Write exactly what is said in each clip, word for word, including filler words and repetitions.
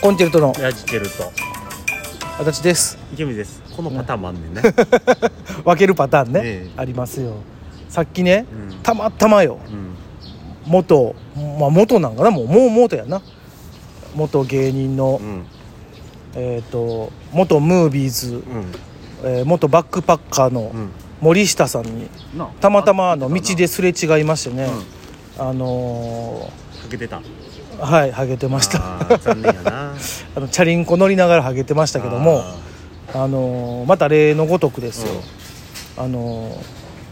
コンチェルトのラジチェルト足立です。 池水です。このパターンもあんねんね分けるパターンね、 ええ、 ありますよ。さっきね、 うん、 たまたまよ、うん、元まあ元なんかなもうもう元やな元芸人の、うん、えっ、ー、と元ムービーズ、うんえー、元バックパッカーの森下さんに、うん、たまたまの道ですれ違いましてね、うん、あのー、 かけてたはいハゲてました。 あ残念やなあのチャリンコ乗りながらハゲてましたけども、あ、あのー、また例のごとくですよ、うん、あのー、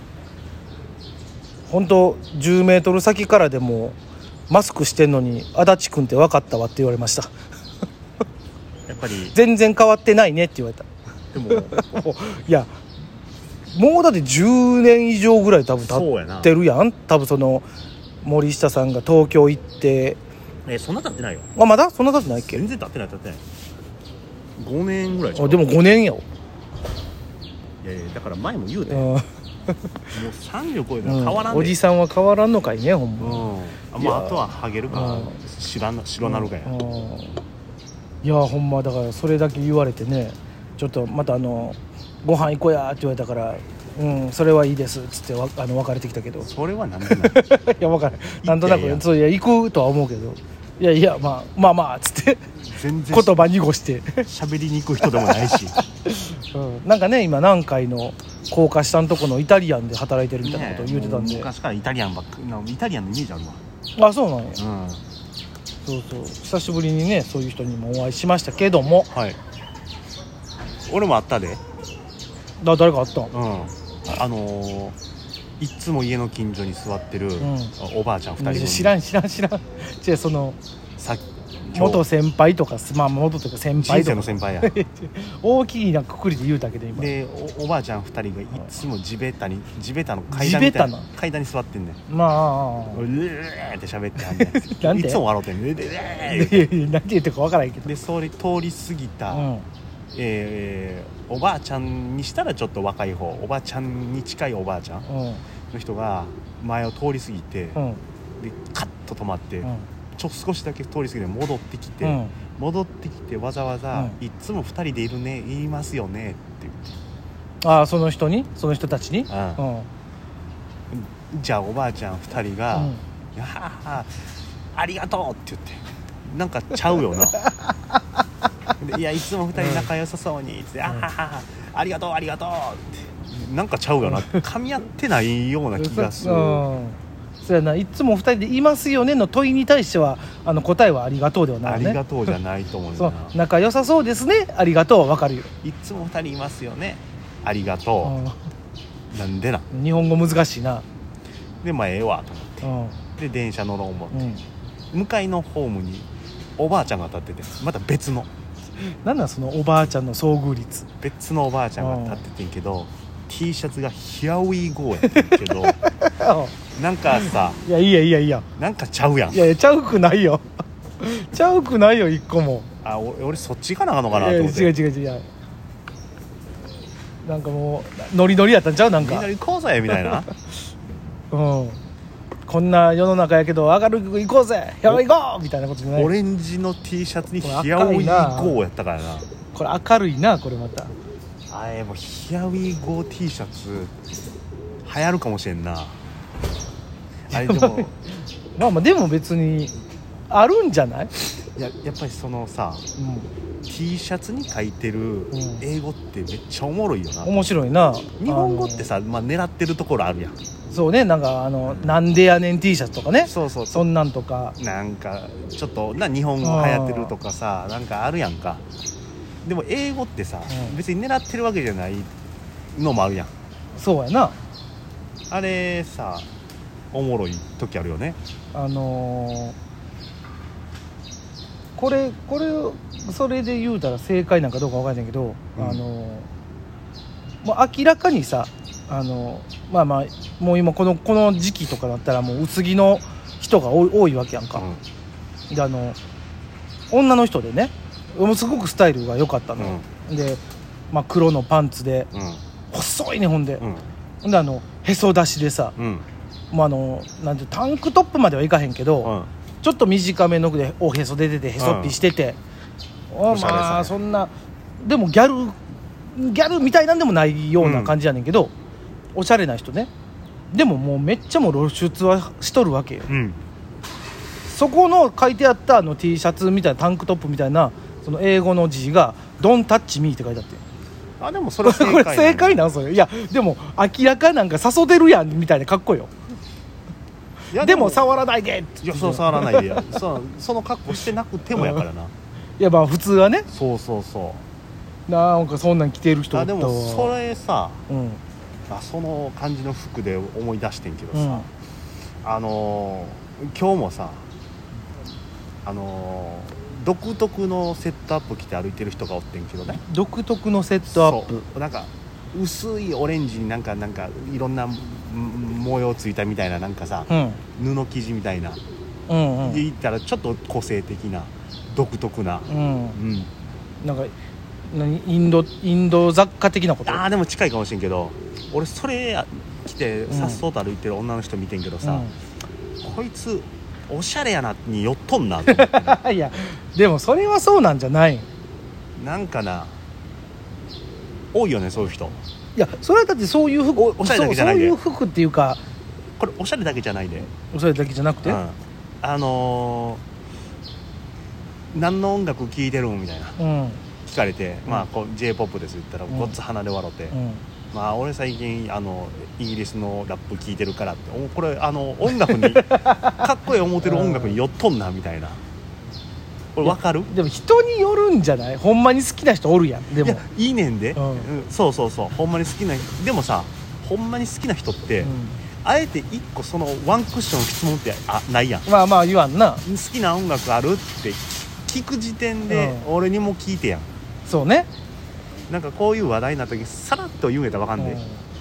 本当じゅうメートル先からでもマスクしてんのに足立くんって分かったわって言われましたやっぱり全然変わってないねって言われた。でもいやもうだってじゅうねん以上ぐらい多分経ってるやん。多分その森下さんが東京行ってえそんな経ってないよ。 あまだそんな経ってないっけ。 全然経ってない経ってないごねんぐらいじゃん。 あでもごねんやよ。 いやいやだから前も言うてもうさんじゅう超えたら変わらん、 うん、おじさんは変わらんのかいねほんま、 うんあまあ、あとはハゲるか白な白なるかや、うんうん、 いやほんまだからそれだけ言われてねちょっとまたあのご飯行こうやって言われたからうんそれはいいですっつってわあの別れてきたけどそれはなんでないいや分からんなんとなくいやそういや行くとは思うけどいやいやまあまあまあっつって全然言葉濁して喋りに行く人でもないし、 うん、なんかね今南海の高架下のとこのイタリアンで働いてるみたいなことを言うてたんで、 ね、昔からイタリアンばっかイタリアンのイメージあるわ。あそうなんや、うん、そうそう久しぶりにねそういう人にもお会いしましたけども、はい、 俺も会ったで。 だ誰か会ったん、 うんあのー、いつも家の近所に座ってる、うん、おばあちゃんふたり組。 知らん知らん知らん違うそのさ元先輩とかまあ元というか先輩とか人生の先輩や大きいなくくりで言うたけど今で お, おばあちゃんふたりがいつも地べたに地べたの階段みたいな階段に座ってんねん。 まあうーって喋ってはんねんなんいつも笑うてんねんうーなんて言ってるか分からへんけどでそれ通り過ぎた、うんえー、おばあちゃんにしたらちょっと若い方おばあちゃんに近いおばあちゃんの人が前を通り過ぎて、うん、でカッと止まって、うん、ちょ少しだけ通り過ぎて戻ってきて、うん、戻ってきてわざわざ、うん、いつもふたりでいるね言いますよねって言って。 ああその人にその人たちに、うんうん、じゃあおばあちゃんふたりが、うん、いやーありがとうって言ってなんかちゃうよないやいつもふたり仲良さそうにって、うん、あははありがとうありがとうってなんかちゃうよな噛み合ってないような気がする。 そうやないつもふたりでいますよねの問いに対してはあの答えはありがとうではないね。 ありがとうじゃないと思うなそう仲良さそうですねありがとうは分かるよ。 いつもふたりいますよねありがとう、うん、なんでな日本語難しいな。 でまあええわと思って、うん、で電車乗ろう思って、うん、向かいのホームにおばあちゃんが立っててまた別のなんなんそのおばあちゃんの遭遇率。 別のおばあちゃんが立っててんけど T シャツがヒアウィーゴーやってんけどなんかさいやいやいやいやなんかちゃうやん。 いやいやちゃうくないよちゃうくないよ一個も。 あ俺そっち行かなあかんのかなと思って。 違う違う違うなんかもうノリノリやったんちゃうなんかみんな行こうぜみたいなうんこんな世の中やけど明るく行こうぜやばい行こうみたいなことじゃない。 オレンジの T シャツにヒアウィーゴーやったからな。 これ明るいなこれまた。 あれもうヒアウィーゴー T シャツ流行るかもしれんなあれでもまあまあでも別にあるんじゃない。 いややっぱりそのさ、うん、T シャツに書いてる英語ってめっちゃおもろいよな、うん、 面白いな。 日本語ってさ、まあ、狙ってるところあるやん。 そうねなんかあの、うん、なんでやねん T シャツとかね。 そうそうそんなんとかなんかちょっとな日本語流行ってるとかさなんかあるやんか。でも英語ってさ、うん、別に狙ってるわけじゃないのもあるやん。 そうやな。 あれさおもろい時あるよね。 あのー、これこれそれで言うたら正解なんかどうか分からないけど、うん、あのー、もう明らかにさあのー、まあまあもう今このこの時期とかだったらもう薄着の人が多いわけやんか、うん、であの女の人でねもうすごくスタイルが良かったの、うん、で、まあ、黒のパンツで、うん、細いねほんで、うん、であのへそ出しでさ、うんまあ、あのなんてタンクトップまではいかへんけど、うん、ちょっと短めのでおへそ出ててへそっぴしてて、 おしゃれさまあそんなでもギャルギャルみたいなんでもないような感じやねんけど、うん、おしゃれな人ね。でももうめっちゃもう露出はしとるわけよ、うん、そこの書いてあったあの T シャツみたいなタンクトップみたいなその英語の字が Don't touch me って書いてあって、 あでもそれ正解これ正解なんそれ。いやでも明らかなんか誘ってるやんみたいなかっこよ。いやでも触らないでって。 いやそう触らないでやそ, その格好してなくてもやからな。 いやまあ普通はね。 そうそうそうなんかそんなん着てる人おったわ。 あでもそれさ、 うん、 あその感じの服で思い出してんけどさ、うん、あのー、今日もさあのー、独特のセットアップ着て歩いてる人がおってんけどね。 独特のセットアップ。 そうなんか薄いオレンジになんかなんかいろんな模様ついたみたいななんかさ、うん、布生地みたいな、うんうん、で言ったらちょっと個性的な独特な、うんうん、 なんか何インドインド雑貨的なこと。 ああでも近いかもしれんけど、俺それ着てさっそうと歩いてる女の人見てんけどさ、うん、こいつおしゃれやなに寄っとんなと思っていやでもそれはそうなんじゃない。 なんかな多いよねそういう人。 いやそれはだってそういう服 お, おしゃれだけじゃないで。 そういう服っていうかこれおしゃれだけじゃないで。 おしゃれだけじゃなくて、うん、 あのー、何の音楽聴いてるんみたいな、うん、聞かれて、まあこう J-ポップ です言ったらごっつ鼻で笑って、うん、まあ俺最近あのイギリスのラップ聴いてるからってこれあの音楽にかっこいい思ってる音楽に寄っとんなみたいな。これ分かる？ でも人によるんじゃない？ほんまに好きな人おるやん。でもいやいいねんで、うんうん、そうそうそうほんまに好きなでもさほんまに好きな人って、うん、あえて一個そのワンクッション質問ってあないやん。 まあまあ言わんな。 好きな音楽あるって聞く時点で俺にも聞いてやん、うん、 そうね。 なんかこういう話題になった時さらっと言うんやったら分かんねえ、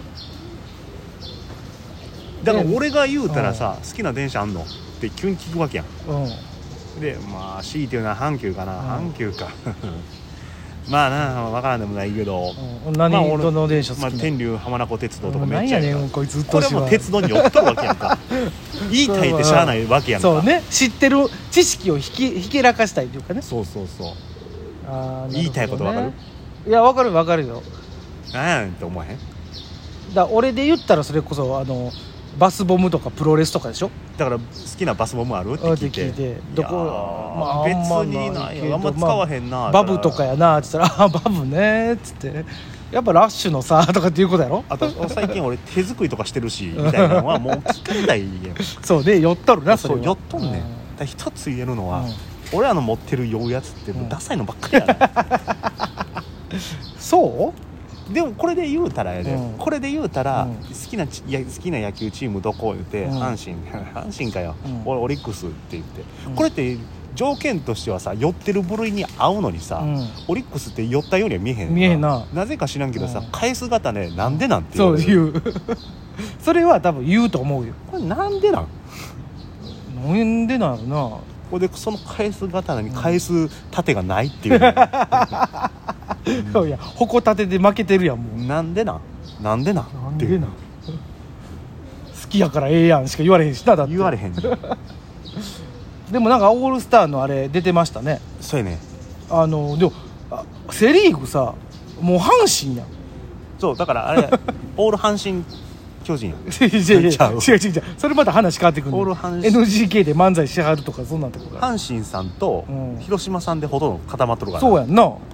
うん、だから俺が言うたらさ、うん、好きな電車あんのって急に聞くわけやん、うんでまあ C っていうのは阪急かな、うん、阪急かまあな分からんでもないけど、 うん、何、まあ、どの電車好きな、 まあ、天竜浜名湖鉄道とかめっちゃいいから、こいつこれも鉄道に寄っとるわけやんか言いたいってしゃあないわけやんか。 そうね知ってる知識をひきひけらかしたいというかね。 そうそうそうあ、ね、 言いたいこと分かる？ いや分かる分かるよ。 なんやねんって思わへん？ だ俺で言ったらそれこそあのバスボムとかプロレスとかでしょ。 だから好きなバスボムあるって聞いて、 聞いてどこ、 まあ、別にないよあんま使わへんな、まあ、バブとかやなって言ったらあバブねっつってやっぱラッシュのさとかっていうことやろ。 あと最近俺手作りとかしてるしみたいなのはもう聞かれたいやんそうね寄っとるなそれは。 そう寄っとんねん。だ一つ言えるのは、うん、俺らの持ってる酔うやつってもうダサいのばっかりやね、 うん、そうでもこれで言うたらやで、うん、これで言うたら、うん、好きなちいや好きな野球チームどこ言って、うん、阪神阪神かよ、うん、俺オリックスって言って、うん、これって条件としてはさ寄ってる部類に合うのにさ、うん、オリックスって寄ったようには見えへんな。 見えへんな。 なぜか知らんけどさ、うん、返す方ねなんでなんて言う。そう言うそれは多分言うと思うよ。 これなんでなんなんでなんやろな。 これでその返す刀に返す盾がないっていう、ね、 うん、いや矛立てで負けてるやんもう。 なんでなんなんでなんなんでなん好きやからええやんしか言われへんしな。だって言われへんでもなんかオールスターのあれ出てましたね。 そうやね。 あのでもセリーグさもう阪神やん。 そうだからあれオール阪神巨人や違う違う違う違うそれまた話変わってくる。 オール阪神エヌジーケー で漫才しはるとかそんなんとこ阪神さんと広島さんでほとんど固まっとるから、 うん、そうやんな。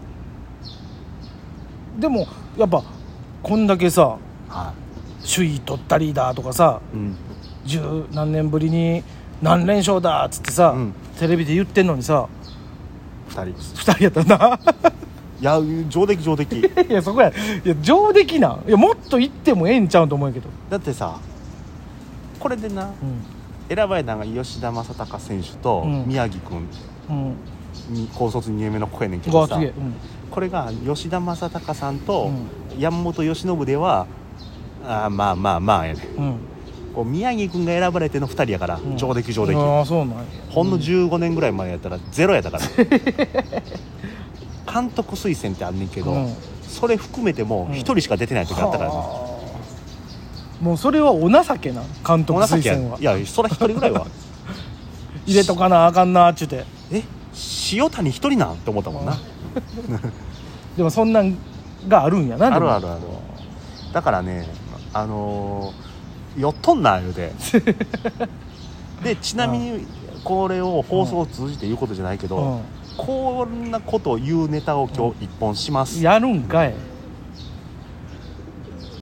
でもやっぱこんだけさ、はい、首位取ったリーダーとかさ、うん、十何年ぶりに何連勝だっつってさ、うん、テレビで言ってんのにさふたりふたりやったないや上出来上出来いやそこやいや上出来なんいやもっと言ってもええんちゃうんと思うけど。 だってさこれでな、うん、選ばれたのが吉田正尚選手と宮城君、うんに高卒にねんめの子やねんけどさ、うん、これが吉田正尚さんと山本由伸ではあまあまあまあやね、うん、こう宮城君が選ばれてのふたりやから、うん、上出来上出来。 あそうなんや。 ほんのじゅうごねんぐらい前やったらゼロやったから監督推薦ってあんねんけど、うん、それ含めてもひとりしか出てない時あったからね、 うん、もうそれはお情けな監督推薦は。 いやそらひとりぐらいは入れとかなあかんなっちゅうてえ塩谷一人なんって思ったもんなでもそんなんがあるんやな。 あるあるある。だからねあのー、酔っとんな言うてでちなみにこれを放送を通じて言うことじゃないけど、うん、こんなことを言うネタを今日一本します。 やるんかい。